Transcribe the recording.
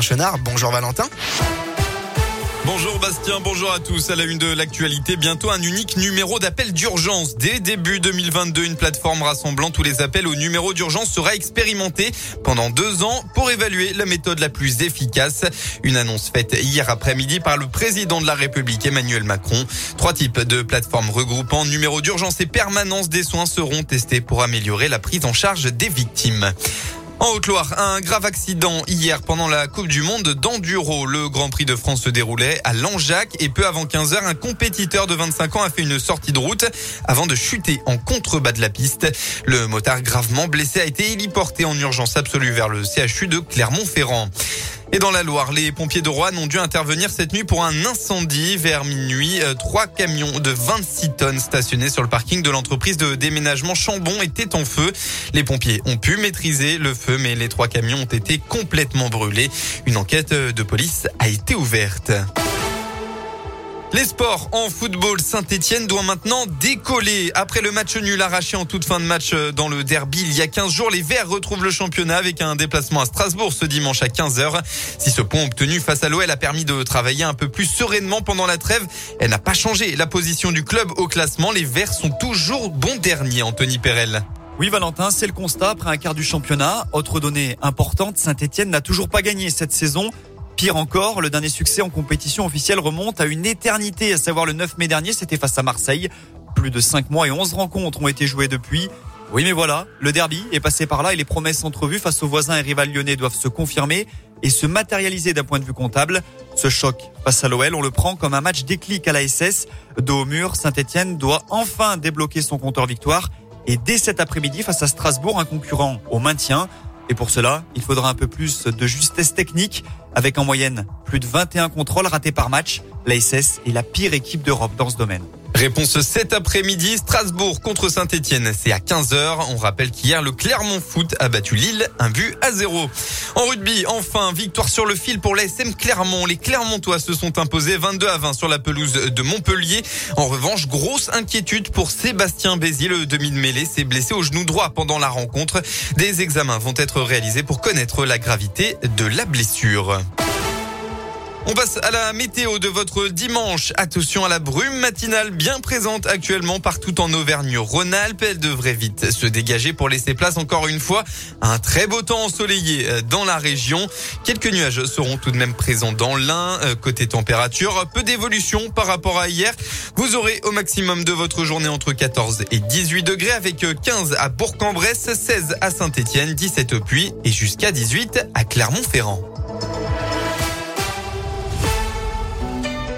Chenard. Bonjour Valentin. Bonjour Bastien, bonjour à tous. À la une de l'actualité, bientôt un unique numéro d'appel d'urgence. Dès début 2022, une plateforme rassemblant tous les appels au numéro d'urgence sera expérimentée pendant 2 ans pour évaluer la méthode la plus efficace. Une annonce faite hier après-midi par le président de la République, Emmanuel Macron. 3 types de plateformes regroupant numéro d'urgence et permanence des soins seront testés pour améliorer la prise en charge des victimes. En Haute-Loire, un grave accident hier pendant la Coupe du Monde d'enduro. Le Grand Prix de France se déroulait à Langeac et peu avant 15h, un compétiteur de 25 ans a fait une sortie de route avant de chuter en contrebas de la piste. Le motard gravement blessé a été héliporté en urgence absolue vers le CHU de Clermont-Ferrand. Et dans la Loire, les pompiers de Roanne ont dû intervenir cette nuit pour un incendie. Vers minuit, 3 camions de 26 tonnes stationnés sur le parking de l'entreprise de déménagement Chambon étaient en feu. Les pompiers ont pu maîtriser le feu, mais les 3 camions ont été complètement brûlés. Une enquête de police a été ouverte. Les sports en football, Saint-Etienne doit maintenant décoller. Après le match nul arraché en toute fin de match dans le derby il y a 15 jours, les Verts retrouvent le championnat avec un déplacement à Strasbourg ce dimanche à 15h. Si ce point obtenu face à l'OL a permis de travailler un peu plus sereinement pendant la trêve, elle n'a pas changé la position du club au classement. Les Verts sont toujours bons derniers, Anthony Perel. Oui Valentin, c'est le constat après un quart du championnat. Autre donnée importante, Saint-Etienne n'a toujours pas gagné cette saison. Pire encore, le dernier succès en compétition officielle remonte à une éternité, à savoir le 9 mai dernier, c'était face à Marseille. Plus de 5 mois et 11 rencontres ont été jouées depuis. Oui mais voilà, le derby est passé par là et les promesses entrevues face aux voisins et rivales lyonnais doivent se confirmer et se matérialiser d'un point de vue comptable. Ce choc face à l'OL, on le prend comme un match déclic à la SS. Dos au mur, Saint-Etienne doit enfin débloquer son compteur victoire et dès cet après-midi face à Strasbourg, un concurrent au maintien. Et pour cela, il faudra un peu plus de justesse technique, avec en moyenne plus de 21 contrôles ratés par match. La SS est la pire équipe d'Europe dans ce domaine. Réponse cet après-midi, Strasbourg contre Saint-Etienne, c'est à 15h. On rappelle qu'hier, le Clermont Foot a battu Lille, 1-0. En rugby, enfin, victoire sur le fil pour l'ASM Clermont. Les Clermontois se sont imposés 22-20 sur la pelouse de Montpellier. En revanche, grosse inquiétude pour Sébastien Bézier, le demi de mêlée, s'est blessé au genou droit pendant la rencontre. Des examens vont être réalisés pour connaître la gravité de la blessure. On passe à la météo de votre dimanche. Attention à la brume matinale bien présente actuellement partout en Auvergne-Rhône-Alpes. Elle devrait vite se dégager pour laisser place encore une fois à un très beau temps ensoleillé dans la région. Quelques nuages seront tout de même présents dans l'Ain. Côté température, peu d'évolution par rapport à hier. Vous aurez au maximum de votre journée entre 14 et 18 degrés avec 15 à Bourg-en-Bresse, 16 à Saint-Etienne, 17 au Puy et jusqu'à 18 à Clermont-Ferrand.